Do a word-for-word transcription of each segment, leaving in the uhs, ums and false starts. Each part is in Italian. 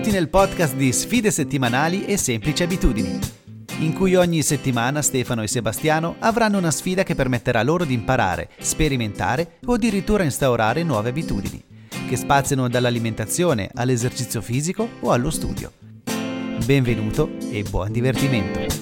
Benvenuti nel podcast di Sfide settimanali e semplici abitudini, in cui ogni settimana Stefano e Sebastiano avranno una sfida che permetterà loro di imparare, sperimentare o addirittura instaurare nuove abitudini, che spaziano dall'alimentazione all'esercizio fisico o allo studio. Benvenuto e buon divertimento!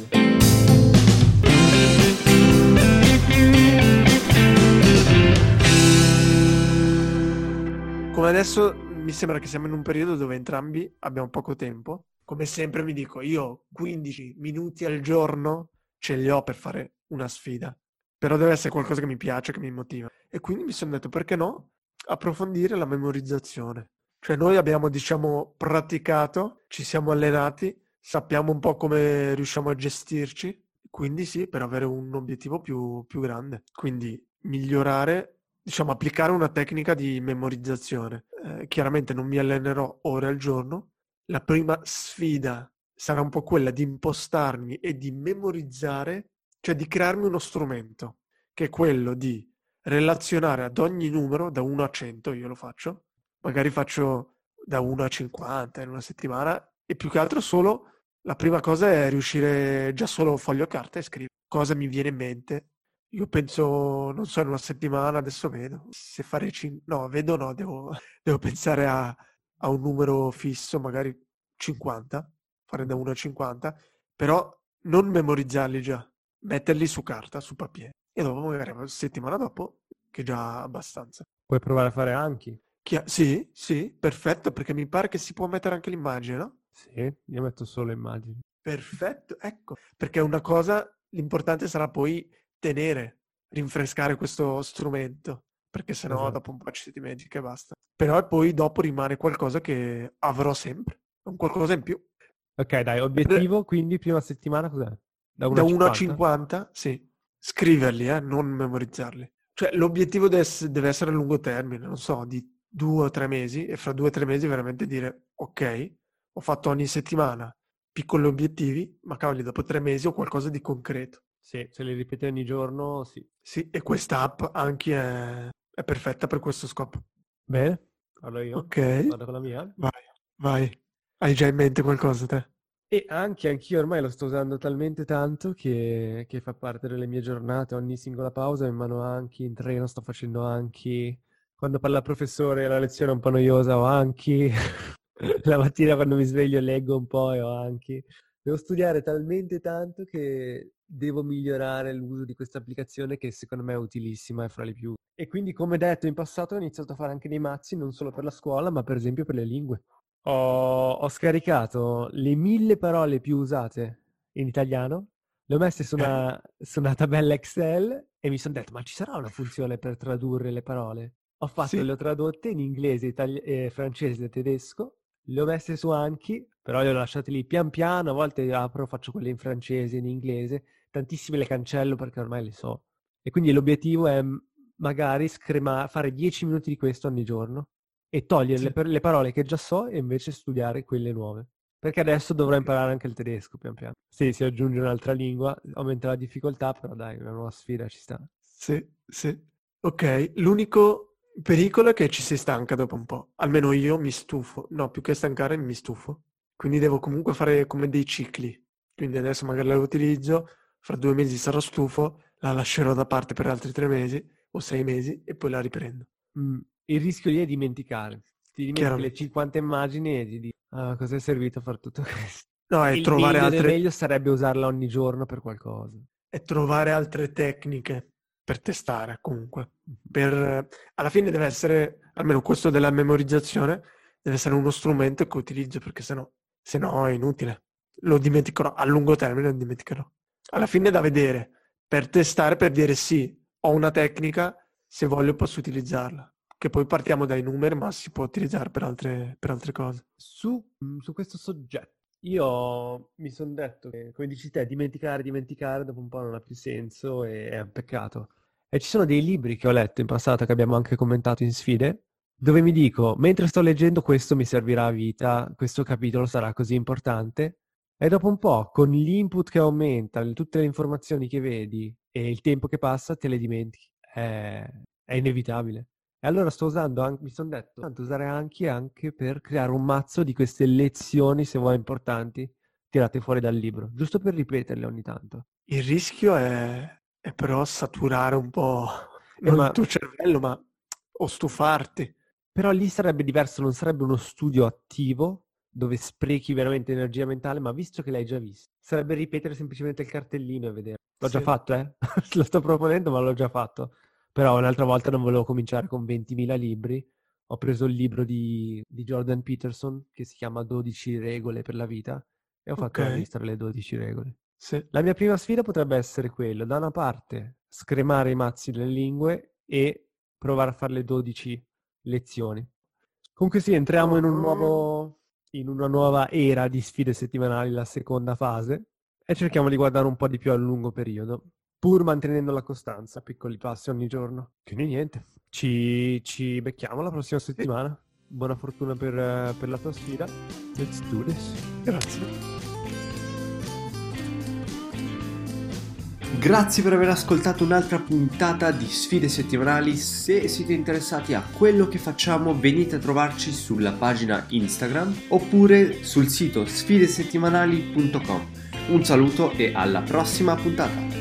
Come adesso mi sembra che siamo in un periodo dove entrambi abbiamo poco tempo. Come sempre mi dico, io quindici minuti al giorno ce li ho per fare una sfida. Però deve essere qualcosa che mi piace, che mi motiva. E quindi mi sono detto, perché no, approfondire la memorizzazione. Cioè noi abbiamo, diciamo, praticato, ci siamo allenati, sappiamo un po' come riusciamo a gestirci. Quindi sì, per avere un obiettivo più, più grande. Quindi migliorare... diciamo, applicare una tecnica di memorizzazione. Eh, chiaramente non mi allenerò ore al giorno. La prima sfida sarà un po' quella di impostarmi e di memorizzare, cioè di crearmi uno strumento, che è quello di relazionare ad ogni numero da uno a cento, io lo faccio, magari faccio da uno a cinquanta in una settimana, e più che altro solo, la prima cosa è riuscire già solo foglio e carta e scrivere cosa mi viene in mente. Io penso, non so, in una settimana, adesso vedo, se fare cin- no, vedo no, devo, devo pensare a, a un numero fisso, magari cinquanta, fare da uno a cinquanta, però non memorizzarli già, metterli su carta, su papier, e dopo magari una settimana dopo, che è già abbastanza. Puoi provare a fare anche? Chi- sì, sì, perfetto, perché mi pare che si può mettere anche l'immagine, no? Sì, io metto solo immagini. Perfetto, ecco, perché una cosa, l'importante sarà poi tenere, rinfrescare questo strumento, perché sennò Esatto. dopo un po' ci si dimentica e basta. Però poi dopo rimane qualcosa che avrò sempre, un qualcosa in più. Ok, dai, obiettivo, quindi prima settimana cos'è? Da uno Da a uno a cinquanta? cinquanta, sì, scriverli, eh, non memorizzarli. Cioè l'obiettivo deve ess- deve essere a lungo termine, non so, di due o tre mesi, e fra due o tre mesi veramente dire, ok, ho fatto ogni settimana piccoli obiettivi, ma cavoli, dopo tre mesi ho qualcosa di concreto. Sì, se li ripeti ogni giorno, sì. Sì, e questa app anche è, è perfetta per questo scopo. Bene, allora io Ok, vado con la mia. vai, vai. Hai già in mente qualcosa te? E anche anch'io ormai lo sto usando talmente tanto che, che fa parte delle mie giornate, ogni singola pausa in mano Anki, in treno sto facendo Anki, quando parla il professore la lezione è un po' noiosa ho Anki, la mattina quando mi sveglio leggo un po' e ho Anki. Devo studiare talmente tanto che devo migliorare l'uso di questa applicazione che secondo me è utilissima e fra le più. E quindi come detto in passato ho iniziato a fare anche dei mazzi non solo per la scuola ma per esempio per le lingue. Ho, ho scaricato le mille parole più usate in italiano, le ho messe su Ok. una, su una tabella Excel e mi sono detto, ma ci sarà una funzione per tradurre le parole? Ho fatto, le Sì, ho tradotte in inglese, itali- eh, francese e tedesco, le ho messe su Anki, però le ho lasciate lì pian piano, a volte apro, faccio quelle in francese, in inglese, tantissime le cancello perché ormai le so. E quindi l'obiettivo è m- magari screma- fare dieci minuti di questo ogni giorno e togliere le, sì. per- le parole che già so e invece studiare quelle nuove. Perché adesso dovrò Ok. imparare anche il tedesco pian piano. Sì, si aggiunge un'altra lingua, aumenta la difficoltà, però dai, una nuova sfida ci sta. Sì, sì. Ok, l'unico pericolo è che ci si stanca dopo un po'. Almeno io mi stufo. No, più che stancare mi stufo. Quindi devo comunque fare come dei cicli. Quindi adesso magari la utilizzo, fra due mesi sarò stufo, la lascerò da parte per altri tre mesi o sei mesi e poi la riprendo. Mm, Il rischio lì è dimenticare. Ti dimentichi le Chiaramente. cinquanta immagini e ti dici, ah, cosa è servito fare tutto questo? No, è Il trovare meglio del altre, meglio sarebbe usarla ogni giorno per qualcosa. è trovare altre tecniche per testare comunque. Per, alla fine deve essere, almeno questo della memorizzazione, deve essere uno strumento che utilizzo perché sennò, se no è inutile. Lo dimenticherò, a lungo termine lo dimenticherò. Alla fine è da vedere, per testare, per dire sì, ho una tecnica, se voglio posso utilizzarla. Che poi partiamo dai numeri, ma si può utilizzare per altre, per altre cose. Su, mm, su questo soggetto, io mi sono detto che, come dici te, dimenticare, dimenticare dopo un po' non ha più senso e è un peccato. E ci sono dei libri che ho letto in passato, che abbiamo anche commentato in sfide, dove mi dico, mentre sto leggendo questo mi servirà a vita, questo capitolo sarà così importante, e dopo un po', con l'input che aumenta, le- tutte le informazioni che vedi e il tempo che passa, te le dimentichi. È, è inevitabile. E allora sto usando, anche, mi sono detto, tanto usare anche, anche per creare un mazzo di queste lezioni, se vuoi, importanti, tirate fuori dal libro, giusto per ripeterle ogni tanto. Il rischio è, è però saturare un po', Eh, non il ma tuo cervello, ma o stufarti. Però lì sarebbe diverso, non sarebbe uno studio attivo dove sprechi veramente energia mentale, ma visto che l'hai già visto, sarebbe ripetere semplicemente il cartellino e vedere. L'ho già Sì. fatto, eh? Lo sto proponendo, ma l'ho già fatto. Però un'altra volta non volevo cominciare con ventimila libri. Ho preso il libro di, di Jordan Peterson che si chiama dodici regole per la vita e ho fatto la Ok, lista delle dodici regole. sì. La mia prima sfida potrebbe essere quella, da una parte scremare i mazzi delle lingue e provare a fare le dodici lezioni. Comunque sì, entriamo in un nuovo, in una nuova era di sfide settimanali, la seconda fase, e cerchiamo di guardare un po' di più a lungo periodo, pur mantenendo la costanza, piccoli passi ogni giorno. Quindi niente, ci, ci becchiamo la prossima Sì, settimana. Buona fortuna per, eh, per la tua sfida. Let's do this. grazie. Grazie per aver ascoltato un'altra puntata di Sfide Settimanali. Se siete interessati a quello che facciamo, venite a trovarci sulla pagina Instagram oppure sul sito sfidesettimanali punto com. Un saluto e alla prossima puntata!